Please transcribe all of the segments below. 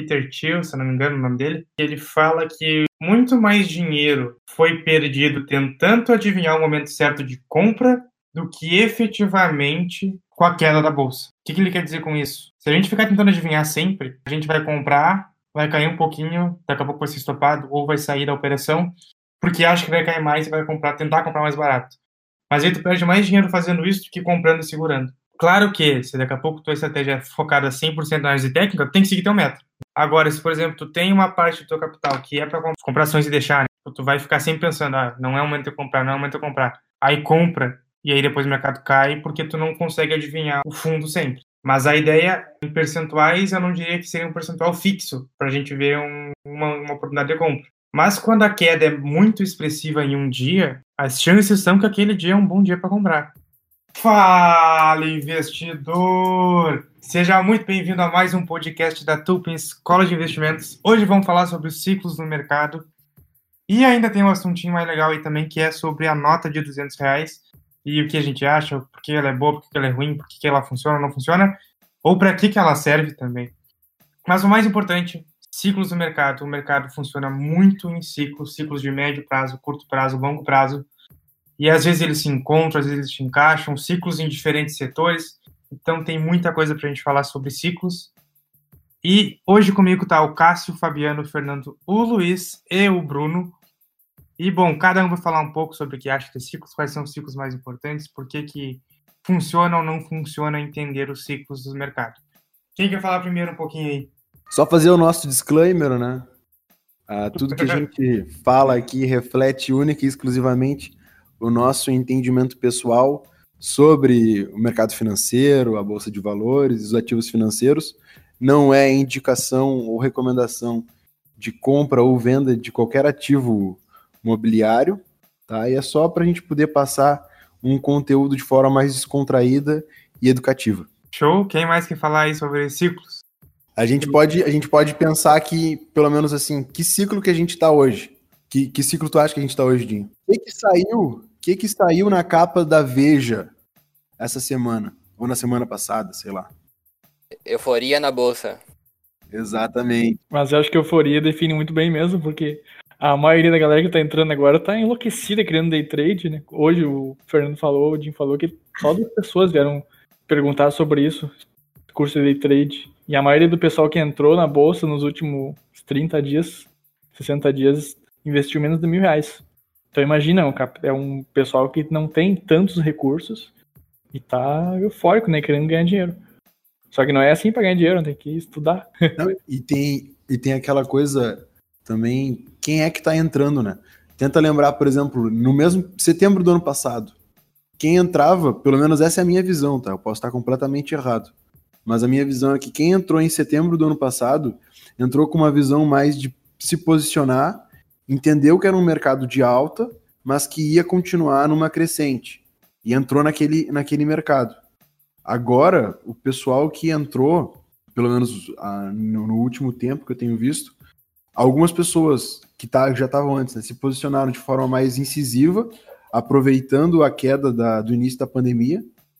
Peter Thiel, se não me engano o nome dele, ele fala que muito mais dinheiro foi perdido tentando adivinhar o momento certo de compra do que efetivamente com a queda da bolsa. O que ele quer dizer com isso? Se a gente ficar tentando adivinhar sempre, a gente vai comprar, vai cair um pouquinho, daqui a pouco vai ser estopado ou vai sair da operação, porque acha que vai cair mais e vai tentar comprar mais barato. Mas aí tu perde mais dinheiro fazendo isso do que comprando e segurando. Claro que, se daqui a pouco tua estratégia é focada 100% na análise técnica, tu tem que seguir teu método. Agora, se, por exemplo, tu tem uma parte do teu capital que é para comprar ações e deixar, né? Tu vai ficar sempre pensando, não é o momento de eu comprar, não é o momento de eu comprar. Aí compra, e aí depois o mercado cai porque tu não consegue adivinhar o fundo sempre. Mas a ideia, em percentuais, eu não diria que seria um percentual fixo para a gente ver uma oportunidade de compra. Mas quando a queda é muito expressiva em um dia, as chances são que aquele dia é um bom dia para comprar. Fala, investidor! Seja muito bem-vindo a mais um podcast da Tulpin Escola de Investimentos. Hoje vamos falar sobre os ciclos no mercado. E ainda tem um assuntinho mais legal aí também, que é sobre a nota de R$200 e o que a gente acha, por que ela é boa, por que ela é ruim, por que ela funciona ou não funciona, ou para que ela serve também. Mas o mais importante, ciclos do mercado. O mercado funciona muito em ciclos de médio prazo, curto prazo, longo prazo. E às vezes eles se encontram, às vezes eles se encaixam, ciclos em diferentes setores. Então tem muita coisa para a gente falar sobre ciclos. E hoje comigo está o Cássio, o Fabiano, o Fernando, o Luiz e o Bruno. E, bom, cada um vai falar um pouco sobre o que acha de ciclos, quais são os ciclos mais importantes, por que funciona ou não funciona entender os ciclos do mercado. Quem quer falar primeiro um pouquinho aí? Só fazer o nosso disclaimer, né? Tudo que a gente fala aqui reflete única e exclusivamente o nosso entendimento pessoal sobre o mercado financeiro, a bolsa de valores, os ativos financeiros. Não é indicação ou recomendação de compra ou venda de qualquer ativo imobiliário, tá? E é só para a gente poder passar um conteúdo de forma mais descontraída e educativa. Show! Quem mais quer falar aí sobre ciclos? A gente pode pensar que, pelo menos assim, que ciclo que a gente está hoje? Que ciclo tu acha que a gente está hoje, Dinho? O que saiu na capa da Veja essa semana? Ou na semana passada, sei lá. Euforia na bolsa. Exatamente. Mas eu acho que euforia define muito bem mesmo, porque a maioria da galera que tá entrando agora tá enlouquecida querendo day trade, né? Hoje o Fernando falou, o Jim falou que só 2 pessoas vieram perguntar sobre isso, curso de day trade. E a maioria do pessoal que entrou na bolsa nos últimos 30 dias, 60 dias, investiu menos de R$1.000. Então imagina, é um pessoal que não tem tantos recursos e tá eufórico, né? Querendo ganhar dinheiro. Só que não é assim pra ganhar dinheiro, tem que estudar. Não, e tem aquela coisa também, quem é que tá entrando, né? Tenta lembrar, por exemplo, no mesmo setembro do ano passado, quem entrava, pelo menos essa é a minha visão, tá? Eu posso estar completamente errado. Mas a minha visão é que quem entrou em setembro do ano passado entrou com uma visão mais de se posicionar, entendeu que era um mercado de alta, mas que ia continuar numa crescente. E entrou naquele mercado. Agora, o pessoal que entrou, pelo menos no último tempo que eu tenho visto, algumas pessoas que já estavam antes, né, se posicionaram de forma mais incisiva, aproveitando a queda do início da pandemia.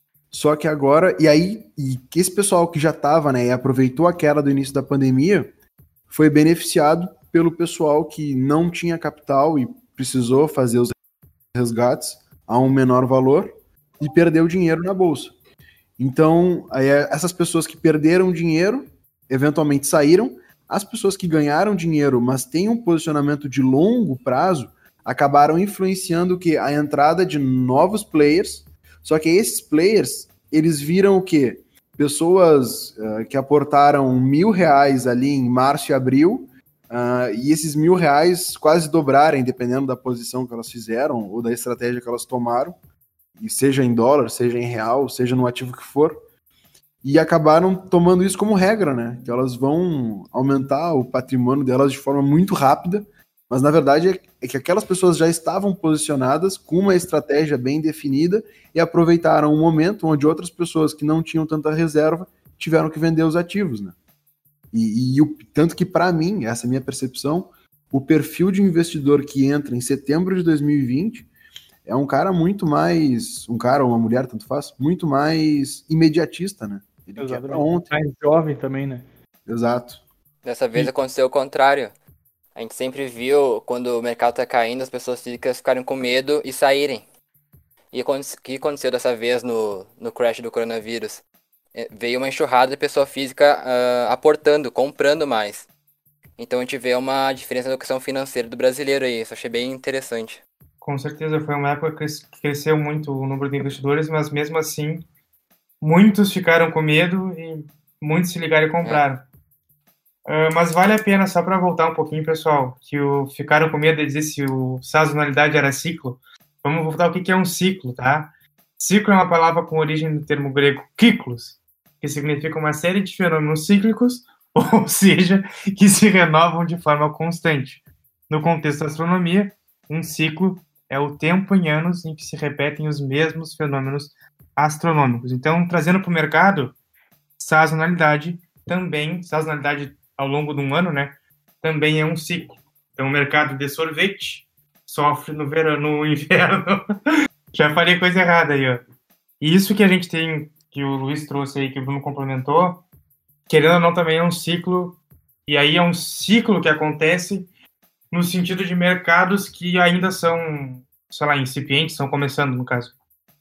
Só que agora, e que esse pessoal que já estava, né, e aproveitou a queda do início da pandemia, foi beneficiado pelo pessoal que não tinha capital e precisou fazer os resgates a um menor valor e perdeu dinheiro na bolsa. Então, essas pessoas que perderam dinheiro, eventualmente saíram, as pessoas que ganharam dinheiro, mas têm um posicionamento de longo prazo, acabaram influenciando a entrada de novos players. Só que esses players, eles viram o quê? Pessoas que aportaram R$1.000 ali em março e abril, e esses R$1.000 quase dobrarem, dependendo da posição que elas fizeram ou da estratégia que elas tomaram, e seja em dólar, seja em real, seja no ativo que for, e acabaram tomando isso como regra, né? Que elas vão aumentar o patrimônio delas de forma muito rápida, mas na verdade é que aquelas pessoas já estavam posicionadas com uma estratégia bem definida e aproveitaram um momento onde outras pessoas que não tinham tanta reserva tiveram que vender os ativos, né? Tanto que, para mim, essa é a minha percepção, o perfil de investidor que entra em setembro de 2020 é um cara muito mais, um cara ou uma mulher, tanto faz, muito mais imediatista, né? Ele quer pra ontem. Mais jovem também, né? Exato. Dessa vez aconteceu o contrário. A gente sempre viu, quando o mercado tá caindo, as pessoas físicas ficarem com medo e saírem. E o que aconteceu dessa vez no crash do coronavírus? Veio uma enxurrada de pessoa física aportando, comprando mais. Então a gente vê uma diferença na questão financeira do brasileiro aí. Isso eu achei bem interessante. Com certeza, foi uma época que cresceu muito o número de investidores, mas mesmo assim, muitos ficaram com medo e muitos se ligaram e compraram. Mas vale a pena, só para voltar um pouquinho, pessoal, que ficaram com medo de dizer se o sazonalidade era ciclo. Vamos voltar ao que é um ciclo, tá? Ciclo é uma palavra com origem do termo grego kyklos, que significa uma série de fenômenos cíclicos, ou seja, que se renovam de forma constante. No contexto da astronomia, um ciclo é o tempo em anos em que se repetem os mesmos fenômenos astronômicos. Então, trazendo para o mercado, sazonalidade ao longo de um ano, né, também é um ciclo. Então, o mercado de sorvete sofre no inverno. Já falei coisa errada aí, ó. E isso que a gente tem, que o Luiz trouxe aí, que o Bruno complementou, querendo ou não, também é um ciclo, e aí é um ciclo que acontece no sentido de mercados que ainda são, sei lá, incipientes, estão começando, no caso.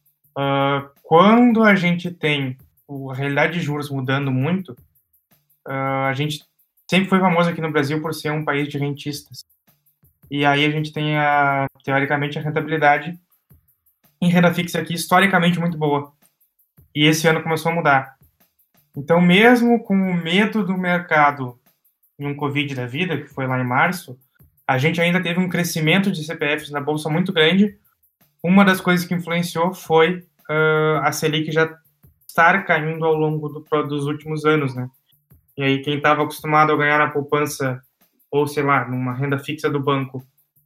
Quando a gente tem a realidade de juros mudando muito, a gente sempre foi famoso aqui no Brasil por ser um país de rentistas. E aí a gente tem, teoricamente, a rentabilidade em renda fixa aqui, historicamente, muito boa. E esse ano começou a mudar. Então, mesmo com o medo do mercado em um Covid da vida, que foi lá em março, a gente ainda teve um crescimento de CPFs na Bolsa muito grande. Uma das coisas que influenciou foi a Selic já estar caindo ao longo dos últimos anos, né? E aí, quem estava acostumado a ganhar na poupança, ou sei lá, numa renda fixa do banco,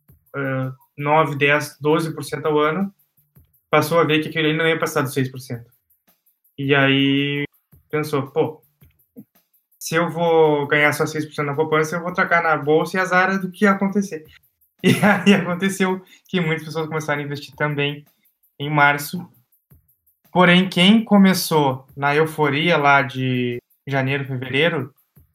9, 10, 12% ao ano, passou a ver que aquilo aí não ia passar dos 6%. E aí, pensou, pô, se eu vou ganhar só 6% na poupança, eu vou trocar na bolsa e azar do que ia acontecer. E aí aconteceu que muitas pessoas começaram a investir também em março. Porém, quem começou na euforia lá de janeiro, fevereiro,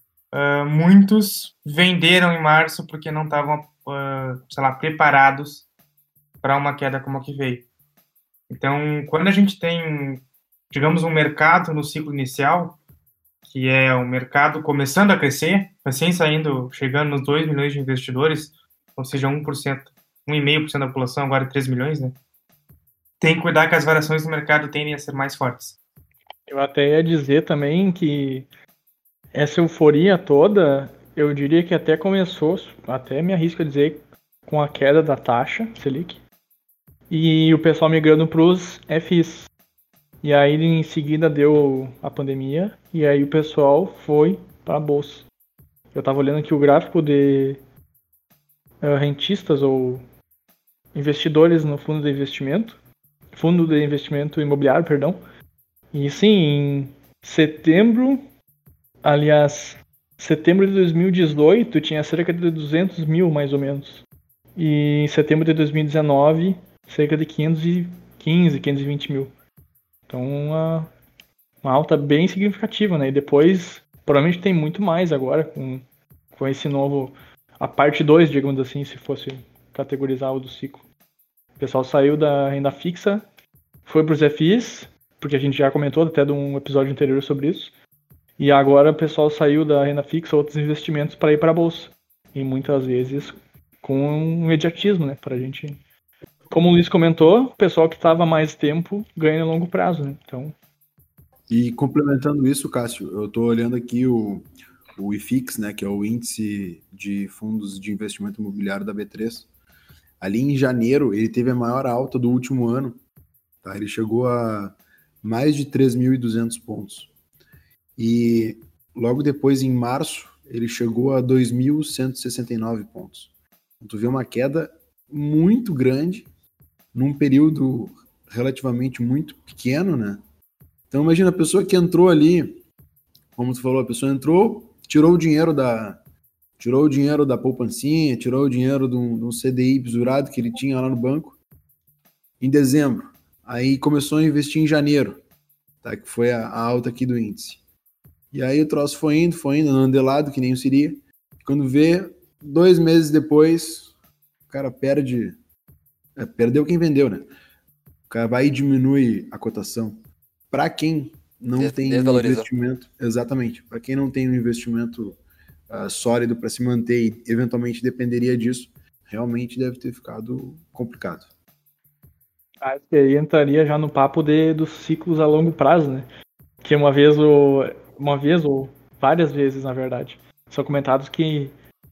muitos venderam em março porque não estavam, sei lá, preparados para uma queda como a que veio. Então, quando a gente tem, digamos, um mercado no ciclo inicial, que é um mercado começando a crescer, chegando nos 2 milhões de investidores, ou seja, 1%, 1,5% da população, agora 3 milhões, né? Tem que cuidar que as variações do mercado tendem a ser mais fortes. Eu até ia dizer também que essa euforia toda, eu diria que até começou, até me arrisco a dizer, com a queda da taxa Selic e o pessoal migrando para os FIs. E aí em seguida deu a pandemia e aí o pessoal foi para a bolsa. Eu estava olhando aqui o gráfico de rentistas ou investidores no fundo de investimento imobiliário, perdão. E sim, em setembro de 2018 tinha cerca de 200 mil, mais ou menos. E em setembro de 2019, cerca de 515, 520 mil. Então, uma alta bem significativa, né? E depois, provavelmente tem muito mais agora, com esse novo... A parte 2, digamos assim, se fosse categorizar o do ciclo. O pessoal saiu da renda fixa, foi para os FIs, porque a gente já comentou até de um episódio anterior sobre isso. E agora o pessoal saiu da renda fixa, outros investimentos, para ir para a bolsa. E muitas vezes com um imediatismo, né? Pra gente... Como o Luiz comentou, o pessoal que estava mais tempo ganha a longo prazo, né? Então... E complementando isso, Cássio, eu estou olhando aqui o IFIX, né, que é o índice de fundos de investimento imobiliário da B3. Ali em janeiro, ele teve a maior alta do último ano. Tá? Ele chegou a mais de 3.200 pontos. E logo depois, em março, ele chegou a 2.169 pontos. Então, tu vê uma queda muito grande num período relativamente muito pequeno, né? Então, imagina a pessoa que entrou ali, como tu falou, a pessoa entrou, tirou o dinheiro da poupancinha, tirou o dinheiro de um CDI besurado que ele tinha lá no banco em dezembro. Aí começou a investir em janeiro, tá? Que foi a alta aqui do índice. E aí o troço foi indo, andando de lado, que nem o Siri. Quando vê, 2 meses depois, o cara perdeu quem vendeu, né? O cara vai e diminui a cotação. Para quem não tem um investimento, exatamente, para quem não tem um investimento sólido para se manter e eventualmente dependeria disso, realmente deve ter ficado complicado. Acho que aí entraria já no papo dos ciclos a longo prazo, né? Que uma vez ou várias vezes, na verdade, são comentados que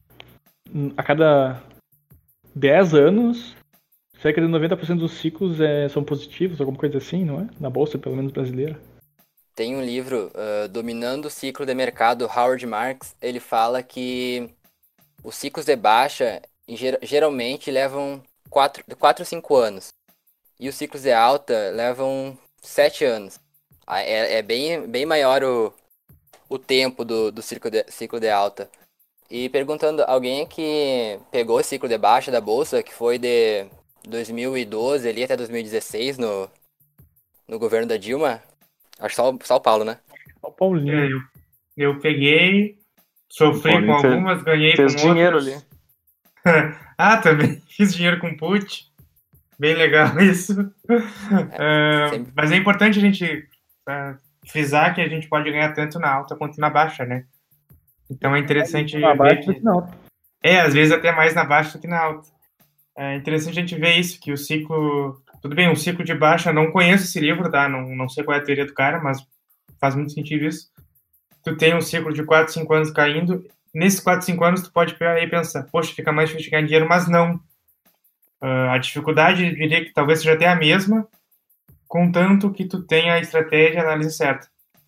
a cada 10 anos, cerca de 90% dos ciclos são positivos, alguma coisa assim, não é? Na bolsa, pelo menos brasileira. Tem um livro, Dominando o Ciclo de Mercado, Howard Marks. Ele fala que os ciclos de baixa geralmente levam 4 a 5 anos. E os ciclos de alta levam 7 anos. É bem maior o tempo do ciclo de alta. E perguntando, alguém que pegou o ciclo de baixa da bolsa, que foi de 2012 ali até 2016 no governo da Dilma, acho que só o Paulo, né? O Paulinho. Eu peguei, sofri com algumas, ganhei com outras. Fez dinheiro ali. Também fiz dinheiro com put. Bem legal isso. Mas é importante a gente frisar que a gente pode ganhar tanto na alta quanto na baixa, né? Então é interessante ver que... às vezes até mais na baixa do que na alta. É interessante a gente ver isso, que o ciclo... Tudo bem, um ciclo de baixa, eu não conheço esse livro, tá? Não sei qual é a teoria do cara, mas faz muito sentido isso. Tu tem um ciclo de 4, 5 anos caindo. Nesses 4, 5 anos, tu pode pegar aí e pensar, poxa, fica mais difícil de ganhar dinheiro, mas não. A dificuldade, eu diria que talvez seja até a mesma, contanto que tu tenha a estratégia e a análise certa.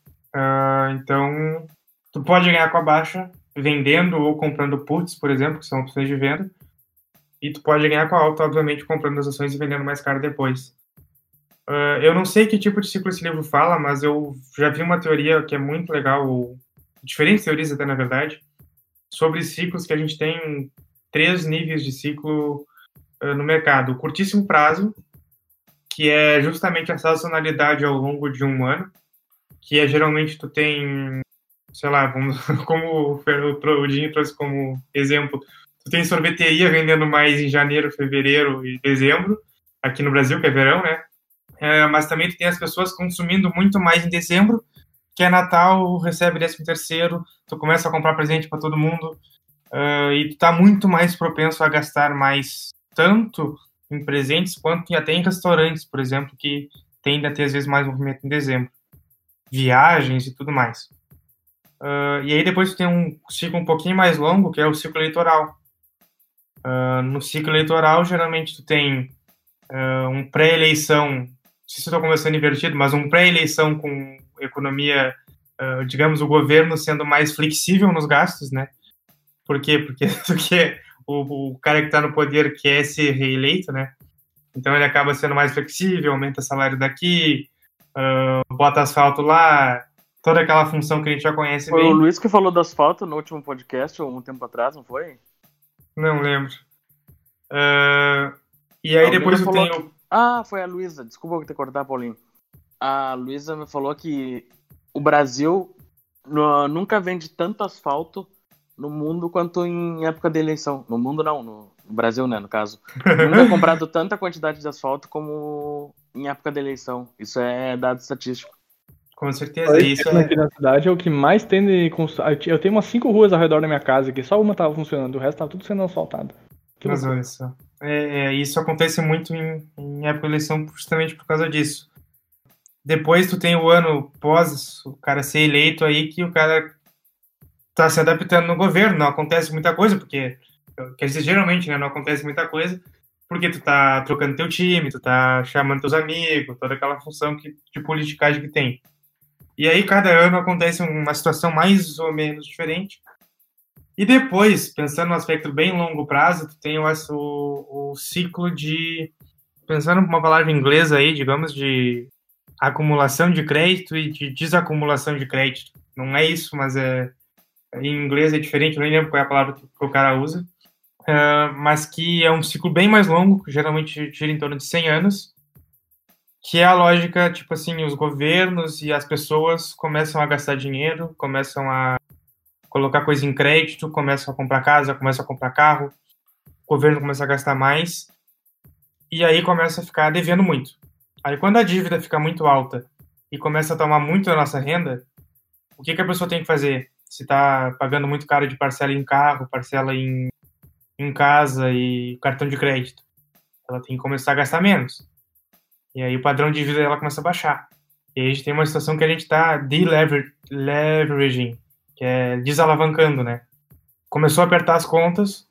Então, tu pode ganhar com a baixa vendendo ou comprando puts, por exemplo, que são opções de venda, e tu pode ganhar com a alta, obviamente, comprando as ações e vendendo mais caro depois. Eu não sei que tipo de ciclo esse livro fala, mas eu já vi uma teoria que é muito legal, ou diferentes teorias até, na verdade, sobre ciclos, que a gente tem 3 níveis de ciclo no mercado. O curtíssimo prazo, que é justamente a sazonalidade ao longo de um ano, que é geralmente tu tem, sei lá, como o Dinho trouxe como exemplo, tu tem sorveteria vendendo mais em janeiro, fevereiro e dezembro, aqui no Brasil, que é verão, né? Mas também tu tem as pessoas consumindo muito mais em dezembro, que é Natal, recebe 13º, tu começa a comprar presente para todo mundo, e tu tá muito mais propenso a gastar mais, tanto em presentes quanto até em restaurantes, por exemplo, que tende a ter às vezes mais movimento em dezembro. Viagens e tudo mais. E aí depois tu tem um ciclo um pouquinho mais longo, que é o ciclo eleitoral. No ciclo eleitoral, geralmente tu tem um pré-eleição, não sei se estou começando invertido, mas um pré-eleição com economia, digamos, o governo sendo mais flexível nos gastos, né? Por quê? Porque o cara que está no poder quer ser reeleito, né? Então ele acaba sendo mais flexível, aumenta salário daqui, bota asfalto lá, toda aquela função que a gente já conhece bem. Foi o Luiz que falou do asfalto no último podcast, um tempo atrás, não foi? Não lembro. E aí depois tu tem o... foi a Luísa, desculpa te cortar, Paulinho. A Luísa me falou que o Brasil nunca vende tanto asfalto no mundo quanto em época de eleição. No mundo não, no Brasil, né, no caso. Nunca é comprado tanta quantidade de asfalto como em época de eleição. Isso é dado estatístico. Com certeza, isso aqui na cidade é o que mais tem de construção. Eu tenho umas 5 ruas ao redor da minha casa aqui, só uma tava funcionando, o resto tava tudo sendo asfaltado. Mas olha só, isso acontece muito em época de eleição justamente por causa disso. Depois tu tem o ano pós o cara ser eleito aí, que o cara tá se adaptando no governo, não acontece muita coisa, porque, quer dizer, geralmente, né, não acontece muita coisa, porque tu tá trocando teu time, tu tá chamando teus amigos, toda aquela função de politicagem que tem. E aí, cada ano acontece uma situação mais ou menos diferente. E depois, pensando no aspecto bem longo prazo, tu tem o ciclo de... Pensando numa palavra inglesa aí, digamos, de acumulação de crédito e de desacumulação de crédito. Não é isso, mas em inglês é diferente, eu nem lembro qual é a palavra que o cara usa. Mas que é um ciclo bem mais longo, que geralmente gira em torno de 100 anos, que é a lógica, tipo assim, os governos e as pessoas começam a gastar dinheiro, começam a colocar coisa em crédito, começa a comprar casa, começa a comprar carro, o governo começa a gastar mais, e aí começa a ficar devendo muito. Aí quando a dívida fica muito alta e começa a tomar muito da nossa renda, o que a pessoa tem que fazer? Se está pagando muito caro de parcela em carro, parcela em casa e cartão de crédito, ela tem que começar a gastar menos. E aí o padrão de vida dela começa a baixar. E aí a gente tem uma situação que a gente está deleveraging, que é desalavancando, né? Começou a apertar as contas,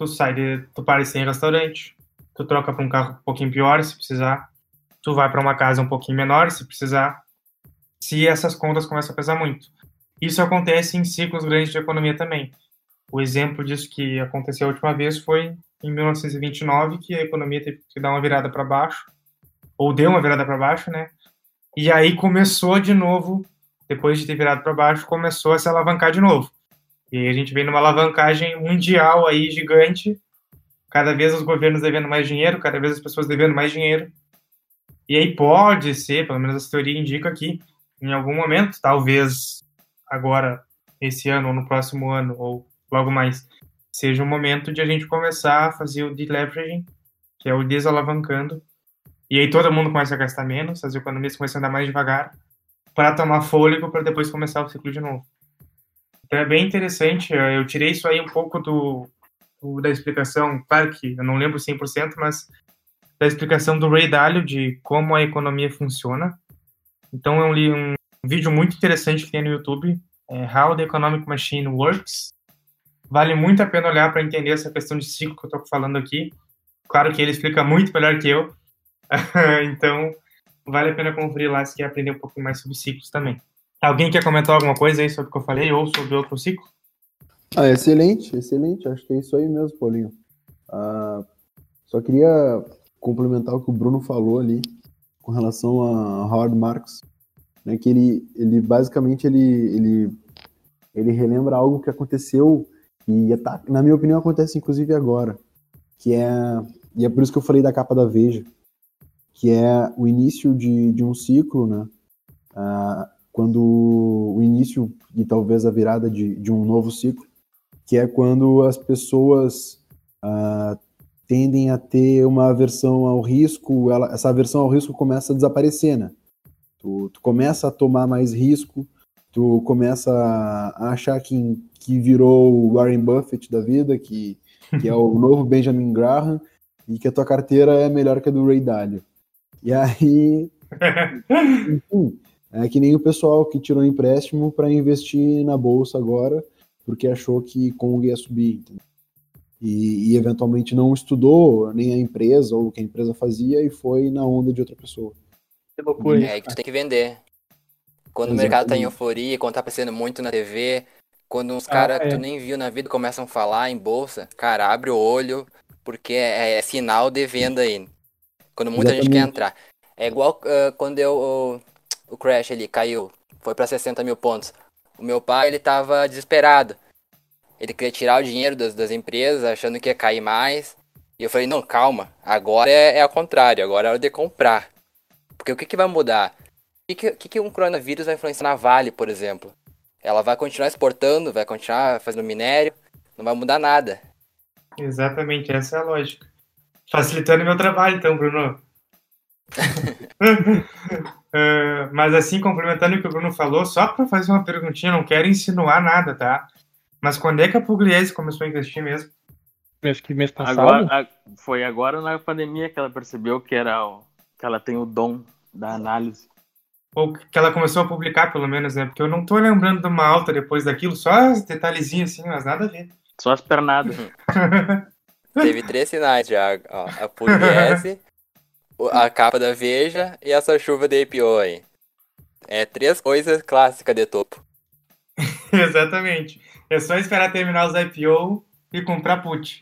tu para de ser em restaurante, tu troca para um carro um pouquinho pior, se precisar, tu vai para uma casa um pouquinho menor, se precisar, se essas contas começam a pesar muito. Isso acontece em ciclos grandes de economia também. O exemplo disso que aconteceu a última vez foi em 1929, que a economia teve que dar uma virada para baixo, ou deu uma virada para baixo, né? E aí começou de novo, depois de ter virado para baixo, começou a se alavancar de novo. E aí a gente vem numa alavancagem mundial aí gigante, cada vez os governos devendo mais dinheiro, cada vez as pessoas devendo mais dinheiro. E aí pode ser, pelo menos essa teoria indica que em algum momento, talvez agora, esse ano, ou no próximo ano, ou logo mais, seja um momento de a gente começar a fazer o deleveraging, que é o desalavancando, e aí todo mundo começa a gastar menos, as economias começam a andar mais devagar, para tomar fôlego, para depois começar o ciclo de novo. Então é bem interessante, eu tirei isso aí um pouco da explicação, claro que eu não lembro 100%, mas da explicação do Ray Dalio de como a economia funciona. Então eu li um vídeo muito interessante que tem no YouTube, How the Economic Machine Works. Vale muito a pena olhar para entender essa questão de ciclo que eu estou falando aqui. Claro que ele explica muito melhor que eu, então vale a pena conferir lá se quer aprender um pouquinho mais sobre ciclos também. Alguém quer comentar alguma coisa aí sobre o que eu falei ou sobre outro ciclo? Excelente. Acho que é isso aí mesmo, Paulinho. Só queria complementar o que o Bruno falou ali com relação a Howard Marks, né, que ele basicamente ele relembra algo que aconteceu e na minha opinião acontece inclusive agora, e é por isso que eu falei da capa da Veja, que é o início de um ciclo, né? Quando o início e talvez a virada de um novo ciclo, que é quando as pessoas tendem a ter uma aversão ao risco, essa aversão ao risco começa a desaparecer, né? Tu começa a tomar mais risco, tu começa a achar que virou o Warren Buffett da vida, que é o novo Benjamin Graham, e que a tua carteira é melhor que a do Ray Dalio. E aí, enfim, é que nem o pessoal que tirou empréstimo para investir na bolsa agora, porque achou que Kong ia subir, entendeu? E eventualmente não estudou nem a empresa ou o que a empresa fazia e foi na onda de outra pessoa. Que loucura isso. É que tu tem que vender. Quando o mercado tá em euforia, quando tá aparecendo muito na TV, quando uns caras que tu nem viu na vida começam a falar em bolsa, cara, abre o olho, porque é sinal de venda aí. Quando muita gente quer entrar. É igual quando o Crash ali caiu, foi pra 60 mil pontos. O meu pai, ele tava desesperado. Ele queria tirar o dinheiro das empresas, achando que ia cair mais. E eu falei, não, calma, agora é ao contrário, agora é hora de comprar. Porque o que vai mudar? O que um coronavírus vai influenciar na Vale, por exemplo? Ela vai continuar exportando, vai continuar fazendo minério, não vai mudar nada. Exatamente, essa é a lógica. Facilitando meu trabalho, então, Bruno. Mas assim, complementando o que o Bruno falou, só para fazer uma perguntinha, não quero insinuar nada, tá? Mas quando é que a Pugliese começou a investir mesmo? Acho que mês passado. Foi agora na pandemia que ela percebeu que ela tem o dom da análise. Ou que ela começou a publicar, pelo menos, né? Porque eu não tô lembrando de uma alta depois daquilo, só os detalhezinhos assim, mas nada a ver. Só as pernadas. Teve 3 sinais já, ó, a Pugliese, a capa da Veja e essa chuva de IPO aí. 3 coisas clássicas de topo. Exatamente. É só esperar terminar os IPO e comprar put.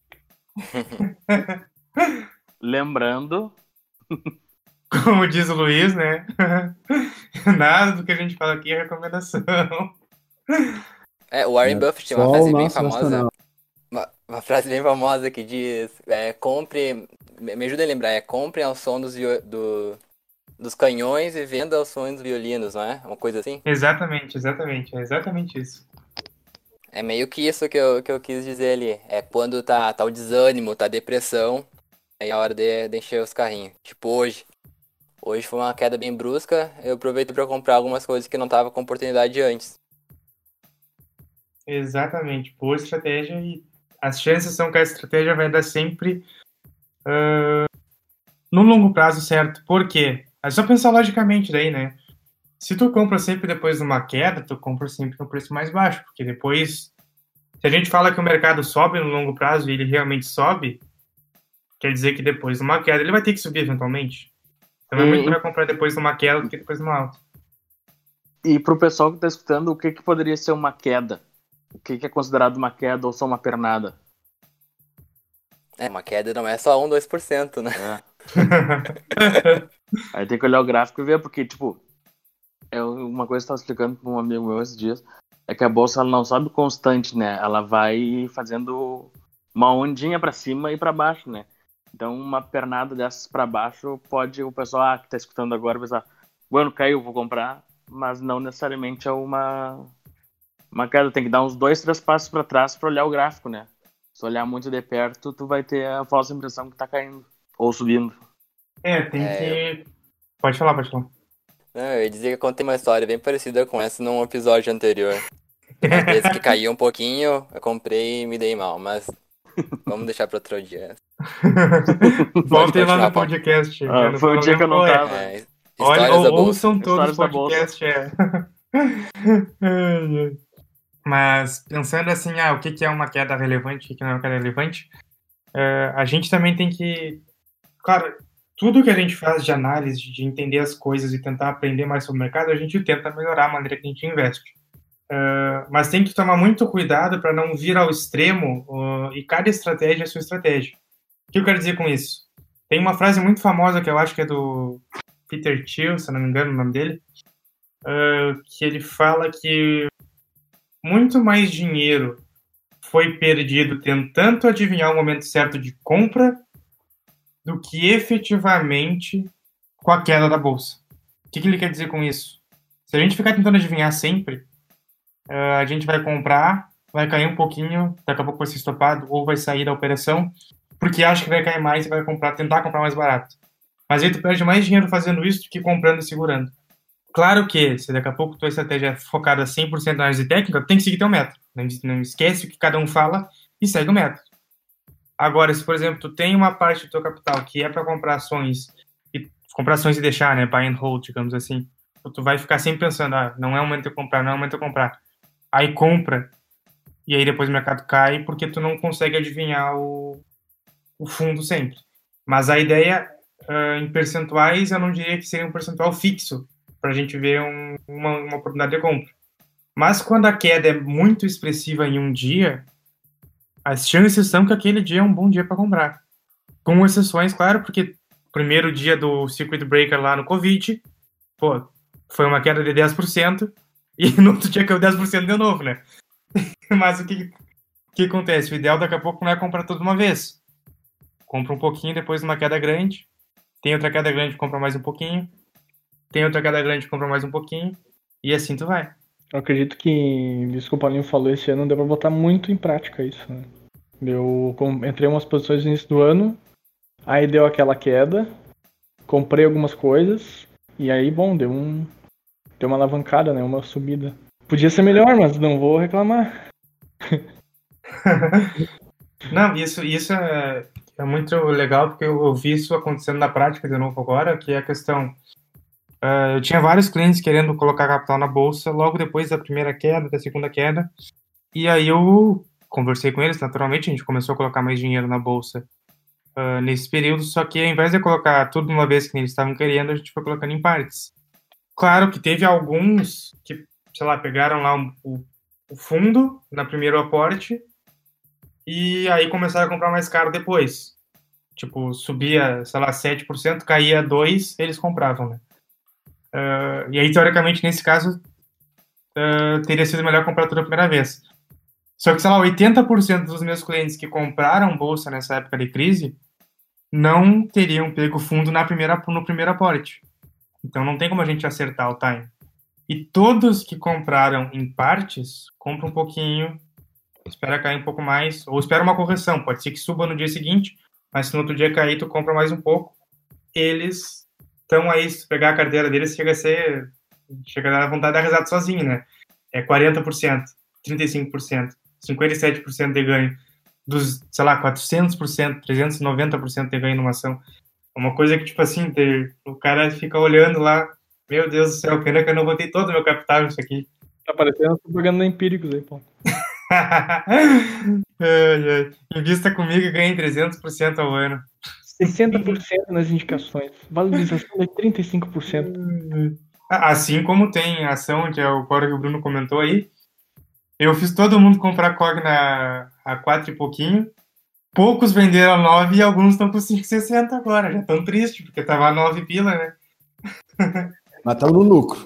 Lembrando, como diz o Luiz, né? Nada do que a gente fala aqui é recomendação. O Warren Buffett tem uma frase bem famosa. Uma frase bem famosa que diz: compre. Me ajuda a lembrar, compre ao som dos canhões e venda ao som dos violinos, não é? Uma coisa assim? Exatamente, é exatamente isso. É meio que isso que eu quis dizer ali. É quando tá o desânimo, tá a depressão, aí é a hora de encher os carrinhos. Tipo hoje. Hoje foi uma queda bem brusca, eu aproveitei pra comprar algumas coisas que não tava com oportunidade antes. Exatamente. Boa estratégia e as chances são que a estratégia vai dar sempre no longo prazo, certo? Por quê? É só pensar logicamente daí, né? Se tu compra sempre depois de uma queda, tu compra sempre no preço mais baixo, porque depois, se a gente fala que o mercado sobe no longo prazo e ele realmente sobe, quer dizer que depois de uma queda ele vai ter que subir eventualmente. Então é muito melhor comprar depois de uma queda do que depois de uma alta. E pro pessoal que tá escutando, o que poderia ser uma queda? O que é considerado uma queda ou só uma pernada? Uma queda não é só 1, 2%, né? Aí tem que olhar o gráfico e ver, porque, tipo, uma coisa que eu tava explicando pra um amigo meu esses dias, é que a bolsa ela não sobe constante, né? Ela vai fazendo uma ondinha pra cima e pra baixo, né? Então, uma pernada dessas pra baixo pode o pessoal que tá escutando agora pensar, bueno, caiu, vou comprar, mas não necessariamente é uma queda. Tem que dar uns 2, 3 passos pra trás pra olhar o gráfico, né? Se olhar muito de perto, tu vai ter a falsa impressão que tá caindo ou subindo. Tem que... Pode falar. Não, eu ia dizer que eu contei uma história bem parecida com essa num episódio anterior. Uma vez que caiu um pouquinho, eu comprei e me dei mal, mas vamos deixar pra outro dia. Voltem lá continuar, no podcast. Foi o dia que eu não tava. Histórias da bolsa. Ouçam todos os Histórias da bolsa. podcasts. Mas pensando assim, o que é uma queda relevante, o que não é uma queda relevante, a gente também tem que... Claro, tudo que a gente faz de análise, de entender as coisas e tentar aprender mais sobre o mercado, a gente tenta melhorar a maneira que a gente investe. Mas tem que tomar muito cuidado para não vir ao extremo e cada estratégia é sua estratégia. O que eu quero dizer com isso? Tem uma frase muito famosa que eu acho que é do Peter Thiel, se não me engano o nome dele, que ele fala que muito mais dinheiro foi perdido tentando adivinhar o momento certo de compra do que efetivamente com a queda da bolsa. O que ele quer dizer com isso? Se a gente ficar tentando adivinhar sempre, a gente vai comprar, vai cair um pouquinho, daqui a pouco vai ser estopado ou vai sair da operação, porque acha que vai cair mais e vai tentar comprar mais barato. Mas aí tu perde mais dinheiro fazendo isso do que comprando e segurando. Claro que, se daqui a pouco tua estratégia é focada 100% na análise técnica, tu tem que seguir teu método. Não esquece o que cada um fala e segue o método. Agora, se, por exemplo, tu tem uma parte do teu capital que é para comprar ações e deixar, né, buy and hold, digamos assim, tu vai ficar sempre pensando, não é o momento de eu comprar, não é o momento de eu comprar. Aí compra, e aí depois o mercado cai porque tu não consegue adivinhar o fundo sempre. Mas a ideia, em percentuais, eu não diria que seria um percentual fixo, para a gente ver uma oportunidade de compra. Mas quando a queda é muito expressiva em um dia, as chances são que aquele dia é um bom dia para comprar. Com exceções, claro, porque o primeiro dia do Circuit Breaker lá no Covid, foi uma queda de 10%, e no outro dia caiu 10% de novo, né? Mas o que acontece? O ideal daqui a pouco não é comprar tudo de uma vez. Compra um pouquinho, depois de uma queda grande, tem outra queda grande, compra mais um pouquinho, tem outra queda grande, compra mais um pouquinho, e assim tu vai. Eu acredito que isso que o Paulinho falou esse ano deu pra botar muito em prática isso, né? Eu entrei em umas posições no início do ano, aí deu aquela queda, comprei algumas coisas, e aí, deu uma alavancada, né? Uma subida. Podia ser melhor, mas não vou reclamar. Não, isso é muito legal, porque eu vi isso acontecendo na prática de novo agora, que é a questão... eu tinha vários clientes querendo colocar capital na bolsa logo depois da primeira queda, da segunda queda, e aí eu conversei com eles, naturalmente, a gente começou a colocar mais dinheiro na bolsa nesse período, só que ao invés de colocar tudo de uma vez que eles estavam querendo, a gente foi colocando em partes. Claro que teve alguns que, sei lá, pegaram lá o fundo na primeiro aporte e aí começaram a comprar mais caro depois. Tipo, subia, sei lá, 7%, caía 2%, eles compravam, né? E aí, teoricamente, nesse caso, teria sido melhor comprar tudo a primeira vez. Só que, sei lá, 80% dos meus clientes que compraram bolsa nessa época de crise não teriam pego fundo no primeiro aporte. Então, não tem como a gente acertar o time. E todos que compraram em partes, compram um pouquinho, espera cair um pouco mais, ou espera uma correção, pode ser que suba no dia seguinte, mas se no outro dia cair, tu compra mais um pouco. Eles estão aí, se tu pegar a carteira deles, chega a dar vontade de dar risada sozinho, né? É 40%, 35%, 57% de ganho, dos, sei lá, 400%, 390% de ganho numa ação. É uma coisa que, tipo assim, o cara fica olhando lá, meu Deus do céu, pena que eu não botei todo o meu capital nisso aqui. Tá parecendo propaganda Empíricos aí, pô. Invista comigo e ganhe 300% ao ano. 60% nas indicações. Valorização de 35%. Assim como tem a ação, que é o Cora que o Bruno comentou aí, eu fiz todo mundo comprar COG a 4 e pouquinho. Poucos venderam a 9 e alguns estão com 5,60 agora. Já estão tristes, porque tava a 9 pila, né? Mas estamos no lucro.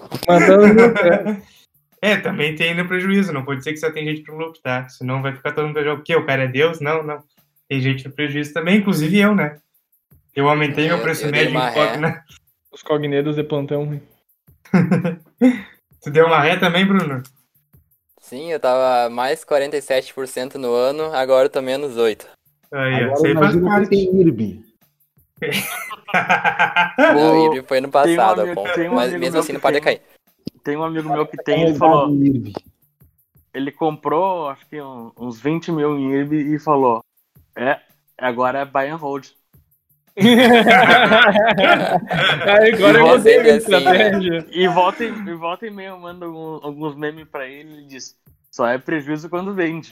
Também tem no prejuízo. Não pode ser que só tem gente pro lucro, tá? Senão vai ficar todo mundo o quê? O cara é Deus? Não. Tem gente no prejuízo também, inclusive eu, né? Eu aumentei meu preço médio em COG, né? Os cogneiros de plantão. Tu deu uma ré também, Bruno? Sim, eu tava mais 47% no ano, agora eu tô menos 8%. Aí, Agora isso aí faz imagina que parte. tem IRB. Não, ele foi no passado, tem um mas amigo mesmo meu assim que não pode tem. cair. Tem um amigo meu que tem, ele falou, ele comprou, acho que uns 20 mil em IRB e falou, agora é buy and hold. Agora eu você mudei a assim, né? estratégia. E volta e meia eu mando alguns memes pra ele e ele diz, só é prejuízo quando vende.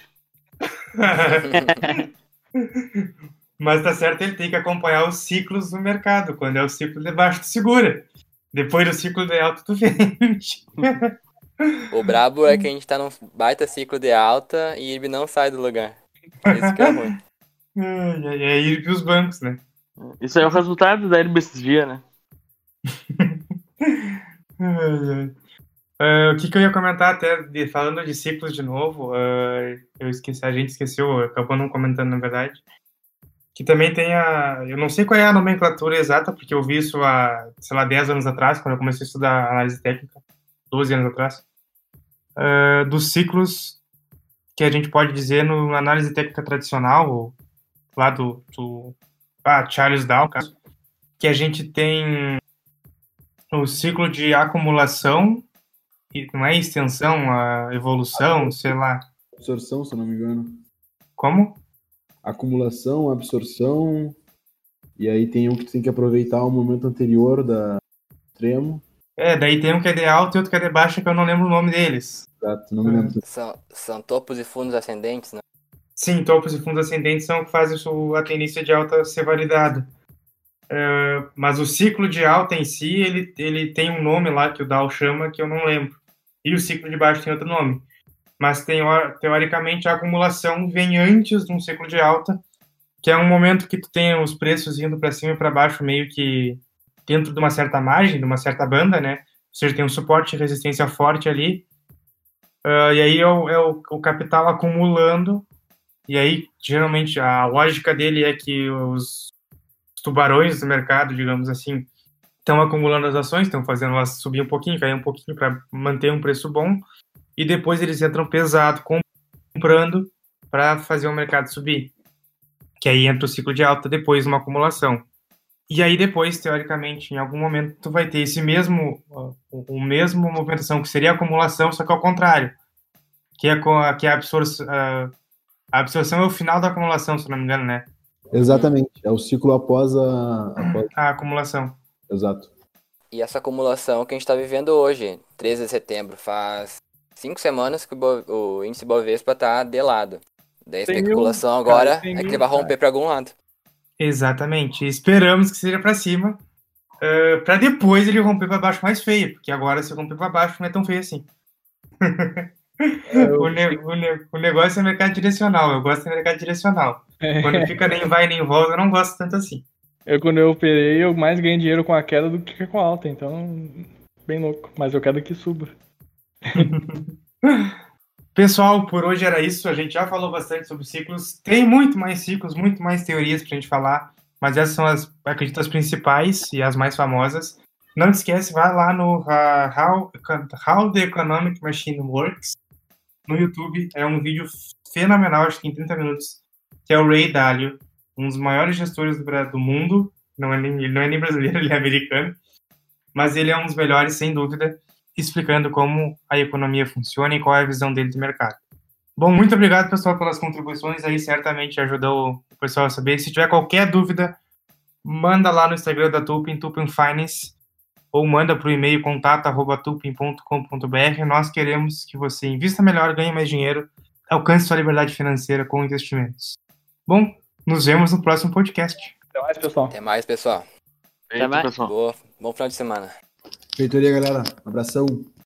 Mas tá certo, ele tem que acompanhar os ciclos do mercado. Quando é o ciclo de baixo, tu segura. Depois do ciclo de alto, tu vende. O brabo é que a gente tá num baita ciclo de alta e ele não sai do lugar. Isso que é ruim. É ir pros bancos, né? Isso é o resultado da IRB esses dias, né? O que eu ia comentar até, falando de ciclos de novo, a gente esqueceu, acabou não comentando na verdade, que também tem eu não sei qual é a nomenclatura exata, porque eu vi isso há, sei lá, 10 anos atrás, quando eu comecei a estudar análise técnica, 12 anos atrás, dos ciclos que a gente pode dizer no análise técnica tradicional, lá do Charles Dow, que a gente tem o ciclo de acumulação, não é extensão, a evolução, sei lá. Absorção, se eu não me engano. Como? Acumulação, absorção. E aí tem um que tu tem que aproveitar o momento anterior da extremo. Daí tem um que é de alta e outro que é de baixa, que eu não lembro o nome deles. Exato, não me lembro. São topos e fundos ascendentes, né? Sim, topos e fundos ascendentes são o que fazem a tendência de alta ser validada. Mas o ciclo de alta em si, ele tem um nome lá que o Dow chama, que eu não lembro. E o ciclo de baixo tem outro nome. Mas teoricamente a acumulação vem antes de um ciclo de alta, que é um momento que tu tem os preços indo para cima e para baixo meio que dentro de uma certa margem, de uma certa banda, né? Ou seja, tem um suporte e resistência forte ali. E aí é o capital acumulando. E aí, geralmente, a lógica dele é que os tubarões do mercado, digamos assim, estão acumulando as ações, estão fazendo elas subir um pouquinho, cair um pouquinho para manter um preço bom. E depois eles entram pesado, comprando para fazer o mercado subir. Que aí entra o ciclo de alta, depois uma acumulação. E aí depois, teoricamente, em algum momento, tu vai ter esse mesmo movimentação, que seria a acumulação, só que ao contrário. Que é a absorção. A absorção é o final da acumulação, se não me engano, né? Exatamente. É o ciclo após a acumulação. Exato. E essa acumulação que a gente está vivendo hoje, 13 de setembro, faz 5 semanas que o índice Bovespa está de lado. Daí a especulação agora é que ele vai romper para algum lado. Exatamente. Esperamos que seja para cima, para depois ele romper para baixo mais feio, porque agora se romper para baixo não é tão feio assim. O negócio é mercado direcional. Eu gosto de mercado direcional. Quando fica nem vai nem volta, eu não gosto tanto assim. Quando eu operei, eu mais ganhei dinheiro com a queda do que com a alta, então, bem louco. Mas eu quero que suba. Pessoal, por hoje era isso. A gente já falou bastante sobre ciclos. Tem muito mais ciclos, muito mais teorias pra gente falar, mas essas são, acredito, as principais e as mais famosas. Não te esquece, vai lá no How the Economic Machine Works, no YouTube. É um vídeo fenomenal, acho que em 30 minutos, que é o Ray Dalio, um dos maiores gestores do mundo. Ele não é nem brasileiro, ele é americano. Mas ele é um dos melhores, sem dúvida, explicando como a economia funciona e qual é a visão dele do mercado. Bom, muito obrigado, pessoal, pelas contribuições aí, certamente ajudou o pessoal a saber. Se tiver qualquer dúvida, manda lá no Instagram da Tupin, Tupin Finance, ou manda para o e-mail contato@tupin.com.br. Nós queremos que você invista melhor, ganhe mais dinheiro, alcance sua liberdade financeira com investimentos. Bom, nos vemos no próximo podcast. Até mais, pessoal. Até mais, pessoal. Feito, mais. pessoal. Bom final de semana. Feitoria, galera. Um abração.